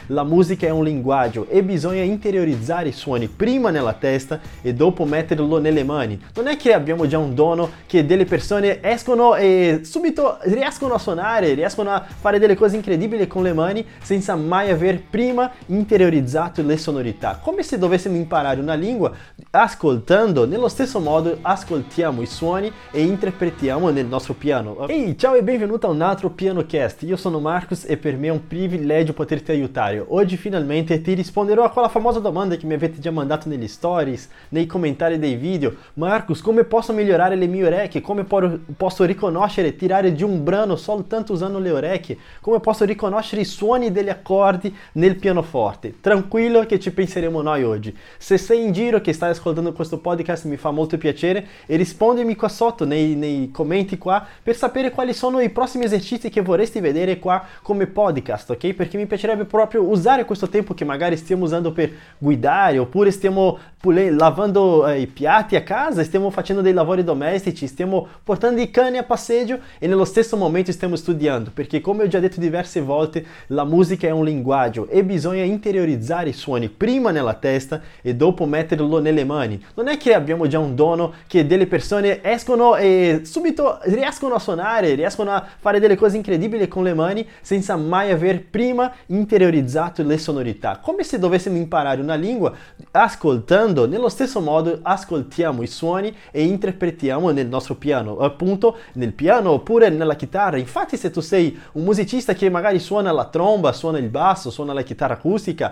la musica è un linguaggio e bisogna interiorizzare i suoni prima nella testa e dopo metterlo nelle mani. Non è che abbiamo già un dono che delle persone escono e subito riescono a suonare, riescono a fare delle cose incredibili con le mani senza mai aver prima interiorizzato le sonorità. Come se dovessimo imparare una lingua ascoltando, nello stesso modo ascoltiamo i suoni e interpretiamo nel nostro piano. Ehi, ciao e benvenuto a un altro PianoCast. Io sono Marcus e per me è un privilegio poterti aiutare. Oggi finalmente ti risponderò a quella famosa domanda che mi avete già mandato negli stories, nei commentari dei video. Marcus, come posso migliorare le mie orecchie? Come posso riconoscere e tirare giù un brano soltanto usando le orecchie? Come posso riconoscere i suoni degli accordi nel pianoforte? Tranquillo che ci penseremo noi oggi. Se sei in giro che stai ascoltando questo podcast mi fa molto piacere e rispondimi qua sotto nei commenti qua per sapere quali sono i prossimi esercizi che vorresti vedere qua come podcast, ok? Perché mi piacerebbe proprio usare questo tempo che magari stiamo usando per guidare oppure stiamo lavando i piatti a casa, stiamo facendo dei lavori domestici, stiamo portando i cani a passeggio e nello stesso momento stiamo studiando, perché come ho già detto diverse volte la musica è un linguaggio e bisogna interiorizzare i suoni prima nella testa e dopo metterlo nelle mani. Non è che abbiamo già un dono che delle persone escono e subito riescono a suonare, riescono a fare delle cose incredibili con le mani senza mai aver prima interiorizzato le sonorità. Come se dovessimo imparare una lingua ascoltando, nello stesso modo ascoltiamo i suoni e interpretiamo nel nostro piano, appunto nel piano oppure nella chitarra. Infatti se tu sei un musicista che magari suona la tromba, suona il basso, suona la chitarra acustica,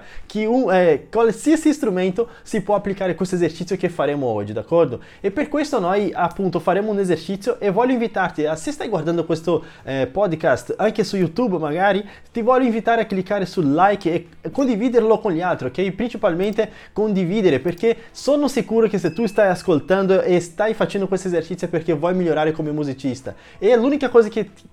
qualsiasi strumento si può applicare questo esercizio che faremo oggi, d'accordo? E per questo noi appunto faremo un esercizio e voglio invitarti se stai guardando questo podcast anche su YouTube magari, ti voglio invitare a cliccare sul like e condividerlo con gli altri, ok? Principalmente condividere, perché sono sicuro che se tu stai ascoltando e stai facendo questo esercizio è perché vuoi migliorare come musicista e l'unica cosa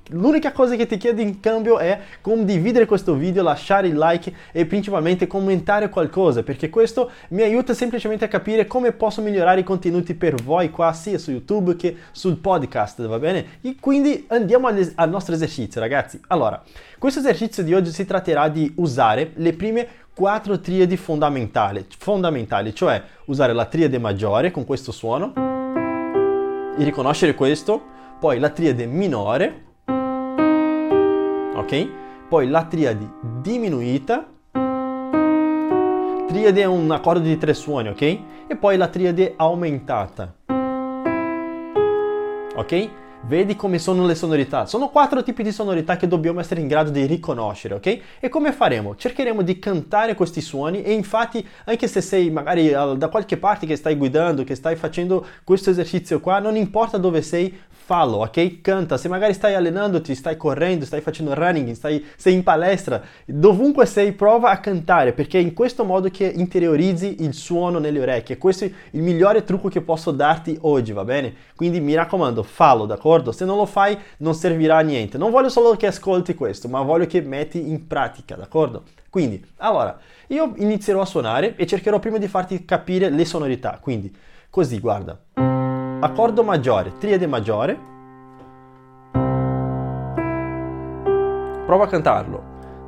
che ti chiedo in cambio è condividere questo video, lasciare il like e principalmente commentare qualcosa, perché questo mi aiuta semplicemente a capire come posso migliorare i contenuti per voi qua sia su YouTube che sul podcast, va bene? E quindi andiamo al nostro esercizio, ragazzi. Allora, questo esercizio di oggi si tratterà di usare le prime 4 triadi fondamentali, cioè usare la triade maggiore con questo suono e riconoscere questo, poi la triade minore, ok? Poi la triade diminuita, triade è un accordo di 3 suoni, ok? E poi la triade aumentata, ok? Vedi come sono le sonorità? Sono 4 tipi di sonorità che dobbiamo essere in grado di riconoscere, ok? E come faremo? Cercheremo di cantare questi suoni e infatti anche se sei magari da qualche parte che stai guidando, che stai facendo questo esercizio qua, non importa dove sei, fallo, ok? Canta. Se magari stai allenandoti, stai correndo, stai facendo running, sei in palestra, dovunque sei, prova a cantare, perché è in questo modo che interiorizzi il suono nelle orecchie. Questo è il migliore trucco che posso darti oggi, va bene? Quindi mi raccomando, fallo, d'accordo? Se non lo fai non servirà a niente. Non voglio solo che ascolti questo, ma voglio che metti in pratica, d'accordo? Quindi, allora, io inizierò a suonare e cercherò prima di farti capire le sonorità. Quindi, così, guarda. Accordo maggiore, triade maggiore. Prova a cantarlo.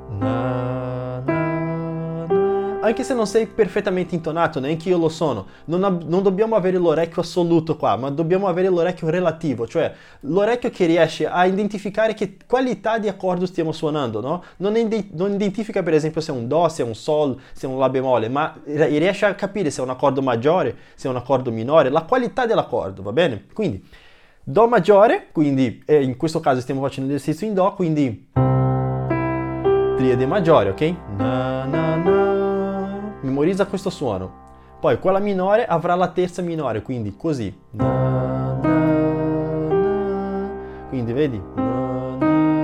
Anche se non sei perfettamente intonato, neanche io lo sono, non dobbiamo avere l'orecchio assoluto qua, ma dobbiamo avere l'orecchio relativo, cioè l'orecchio che riesce a identificare che qualità di accordo stiamo suonando, no? Non identifica per esempio se è un Do, se è un Sol, se è un La bemolle, ma riesce a capire se è un accordo maggiore, se è un accordo minore, la qualità dell'accordo, va bene? Quindi Do maggiore, quindi in questo caso stiamo facendo l'esercizio in Do, quindi triade maggiore, ok? Na, na, na. Memorizza questo suono. Poi quella minore avrà la terza minore, quindi così. Na, na, na. Quindi vedi? Na,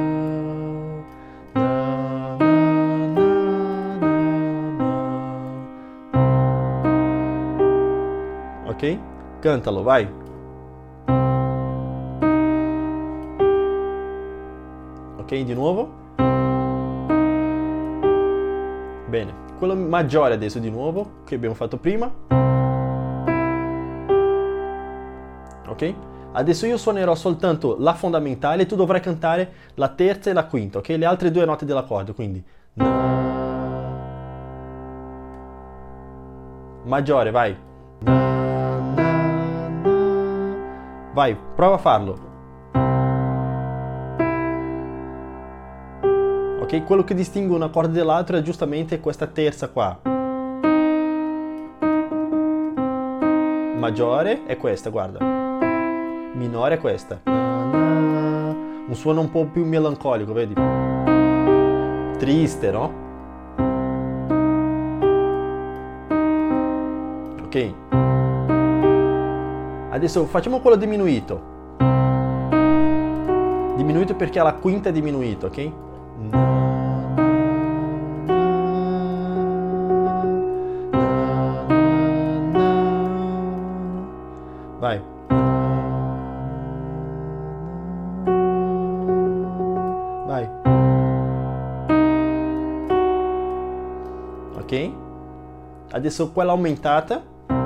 na, na, na, na. Ok? Cantalo, vai. Ok, di nuovo. Bene. Quello maggiore adesso di nuovo, che abbiamo fatto prima. Ok? Adesso io suonerò soltanto la fondamentale e tu dovrai cantare la terza e la quinta, ok? Le altre 2 note dell'accordo, quindi. Na, maggiore, vai. Vai, prova a farlo. Ok, quello che distingue un accordo dall'altro è giustamente questa terza qua. Maggiore è questa, guarda. Minore è questa. Un suono un po' più melancolico, vedi? Triste, no? Ok. Adesso facciamo quello diminuito. Diminuito perché ha la quinta diminuito, ok? Vai. Vai. Ok? Adesso quella aumentata.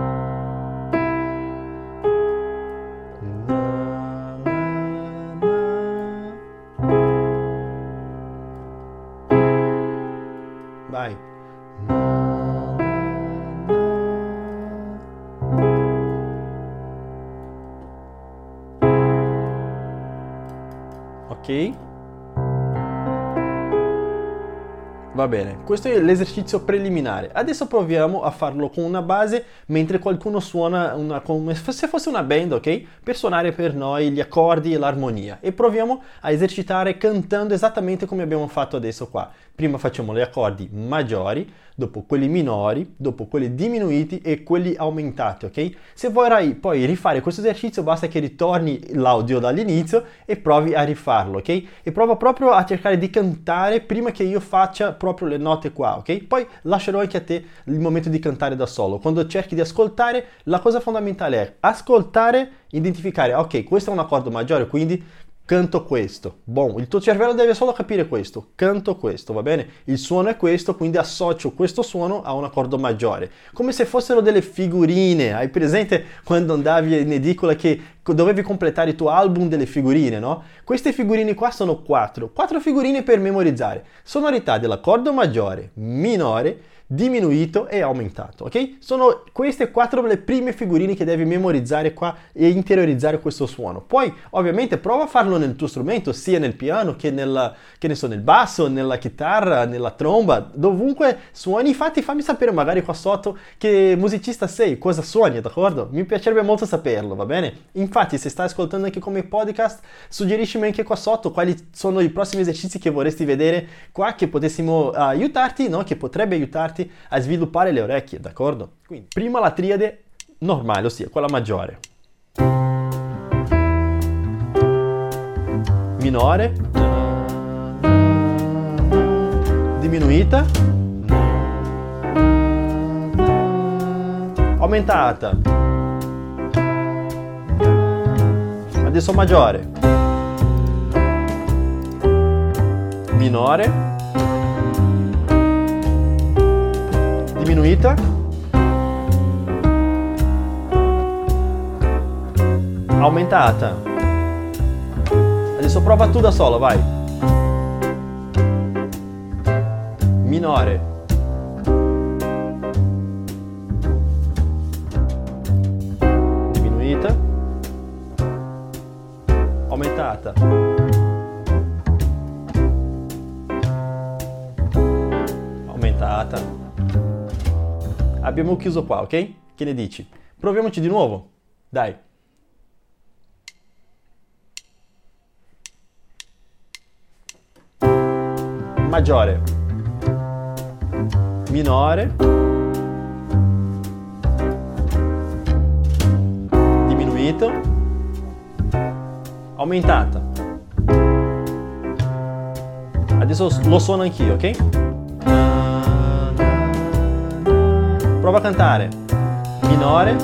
Vai. Ok? Va bene, questo è l'esercizio preliminare. Adesso proviamo a farlo con una base mentre qualcuno suona come se fosse una band, ok? Per suonare per noi gli accordi e l'armonia. E proviamo a esercitare cantando esattamente come abbiamo fatto adesso qua. Prima facciamo gli accordi maggiori, dopo quelli minori, dopo quelli diminuiti e quelli aumentati, ok? Se vorrai poi rifare questo esercizio basta che ritorni l'audio dall'inizio e provi a rifarlo, ok? E prova proprio a cercare di cantare prima che io faccia proprio le note qua, ok? Poi lascerò anche a te il momento di cantare da solo. Quando cerchi di ascoltare, la cosa fondamentale è ascoltare, identificare, ok, questo è un accordo maggiore, quindi canto questo. Boh, il tuo cervello deve solo capire questo. Canto questo, va bene? Il suono è questo, quindi associo questo suono a un accordo maggiore. Come se fossero delle figurine. Hai presente quando andavi in edicola che dovevi completare il tuo album delle figurine, no? Queste figurine qua sono quattro figurine per memorizzare. Sonorità dell'accordo maggiore, minore, diminuito e aumentato, ok? Sono queste quattro le prime figurine che devi memorizzare qua e interiorizzare questo suono. Poi, ovviamente, prova a farlo nel tuo strumento, sia nel piano che nel basso, nella chitarra, nella tromba, dovunque suoni. Infatti, fammi sapere magari qua sotto che musicista sei, cosa suoni, d'accordo? Mi piacerebbe molto saperlo, va bene? Infatti, se stai ascoltando anche come podcast, suggeriscimi anche qua sotto quali sono i prossimi esercizi che vorresti vedere qua, che potessimo aiutarti, no? Che potrebbe aiutarti a sviluppare le orecchie, d'accordo? Quindi, prima la triade normale, ossia quella maggiore. Minore. Diminuita. Aumentata. Adesso maggiore. Minore. Diminuita, aumentata. Adesso prova tu da solo, vai. Minore, diminuita, aumentata, aumentata. Abbiamo chiuso qua, ok? Che ne dici? Proviamoci di nuovo. Dai. Maggiore. Minore. Diminuito. Aumentata. Adesso lo suono anch'io, ok? Prova a cantare. Minore.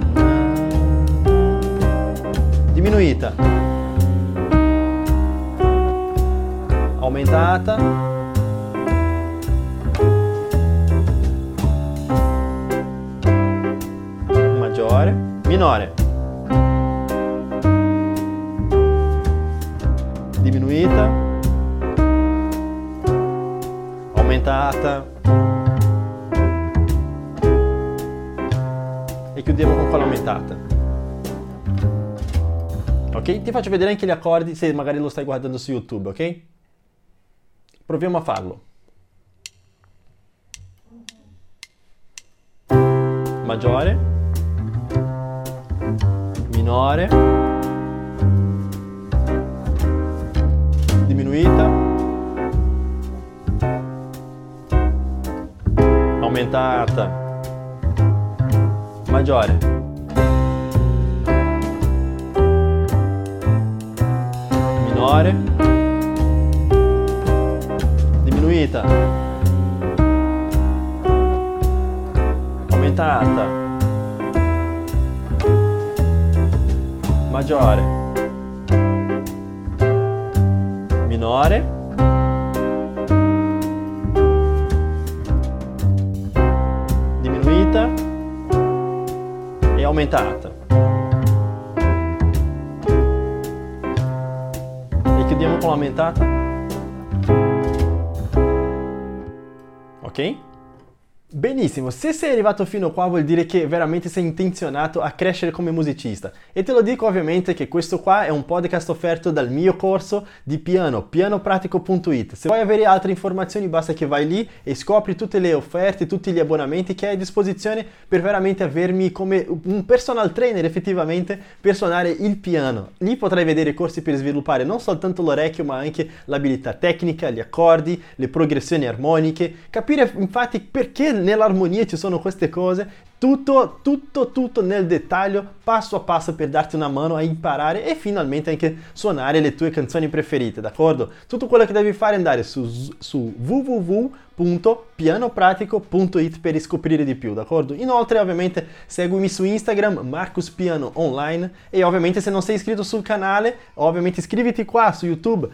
Diminuita. Aumentata. Maggiore. Minore. Diminuita. Aumentata. e chiudiamo con quella aumentata. Ok? Ti faccio vedere anche gli accordi se magari lo stai guardando su YouTube, ok? Proviamo a farlo. Maggiore, minore, diminuita, aumentata, maggiore, minore, diminuita, aumentata, maggiore, minore, diminuita e aumentata. E chiudiamo con l'aumentata. Ok? Benissimo, se sei arrivato fino qua vuol dire che veramente sei intenzionato a crescere come musicista e te lo dico ovviamente che questo qua è un podcast offerto dal mio corso di piano, pianopratico.it. Se vuoi avere altre informazioni basta che vai lì e scopri tutte le offerte, tutti gli abbonamenti che hai a disposizione per veramente avermi come un personal trainer effettivamente per suonare il piano. Lì potrai vedere corsi per sviluppare non soltanto l'orecchio ma anche l'abilità tecnica, gli accordi, le progressioni armoniche, capire infatti perché nell'armonia ci sono queste cose, tutto nel dettaglio, passo a passo per darti una mano a imparare e finalmente anche suonare le tue canzoni preferite, d'accordo? Tutto quello che devi fare è andare su www.pianopratico.it per scoprire di più, d'accordo? Inoltre ovviamente seguimi su Instagram, Marcus Piano Online, e ovviamente se non sei iscritto sul canale, ovviamente iscriviti qua su YouTube.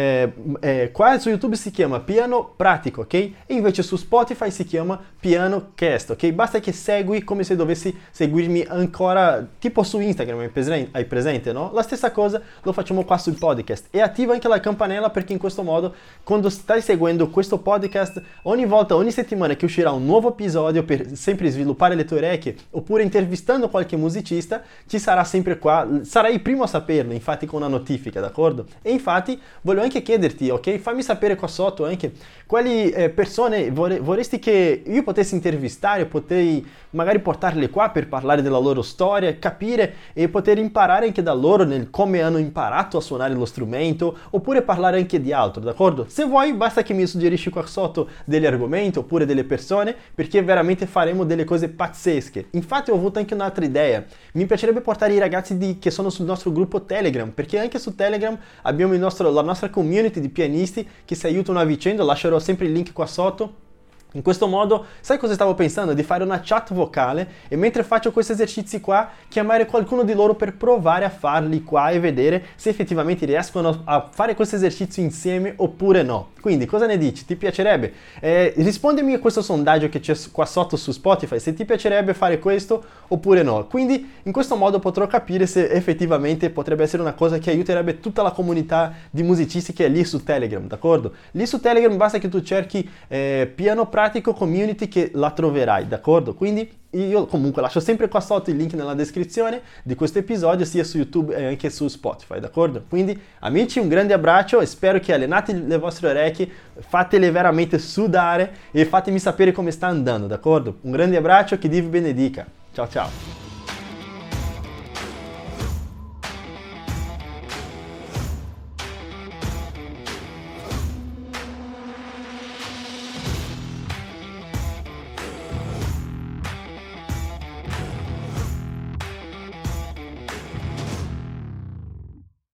Qua su YouTube si chiama Piano Pratico, ok? E invece su Spotify si chiama Piano Cast, ok? Basta che segui come se dovessi seguirmi ancora tipo su Instagram, hai presente, no? La stessa cosa lo facciamo qua sul podcast e attiva anche la campanella perché in questo modo quando stai seguendo questo podcast ogni volta, ogni settimana che uscirà un nuovo episodio per sempre sviluppare le tue orecchie oppure intervistando qualche musicista ci sarà sempre qua, sarai il primo a saperlo infatti con una notifica, d'accordo? E infatti voglio anche chiederti, ok? Fammi sapere qua sotto anche quali persone vorresti che io potessi intervistare, potrei magari portarle qua per parlare della loro storia, capire e poter imparare anche da loro nel come hanno imparato a suonare lo strumento oppure parlare anche di altro, d'accordo? Se vuoi basta che mi suggerisci qua sotto degli argomenti oppure delle persone perché veramente faremo delle cose pazzesche. Infatti ho avuto anche un'altra idea, mi piacerebbe portare i ragazzi che sono sul nostro gruppo Telegram perché anche su Telegram abbiamo la nostra community di pianisti che si aiutano a vicenda, lascerò sempre il link qua sotto. In questo modo, sai cosa stavo pensando? Di fare una chat vocale e mentre faccio questi esercizi qua, chiamare qualcuno di loro per provare a farli qua e vedere se effettivamente riescono a fare questo esercizio insieme oppure no. Quindi, cosa ne dici? Ti piacerebbe? Rispondimi a questo sondaggio che c'è qua sotto su Spotify, se ti piacerebbe fare questo oppure no. Quindi, in questo modo potrò capire se effettivamente potrebbe essere una cosa che aiuterebbe tutta la comunità di musicisti che è lì su Telegram, d'accordo? Lì su Telegram basta che tu cerchi Piano Pratico Community che la troverai, d'accordo? Quindi io comunque lascio sempre qua sotto il link nella descrizione di questo episodio sia su YouTube e anche su Spotify, d'accordo? Quindi amici un grande abbraccio e spero che allenate le vostre orecchie, fatele veramente sudare e fatemi sapere come sta andando, d'accordo? Un grande abbraccio, che Dio vi benedica, ciao ciao!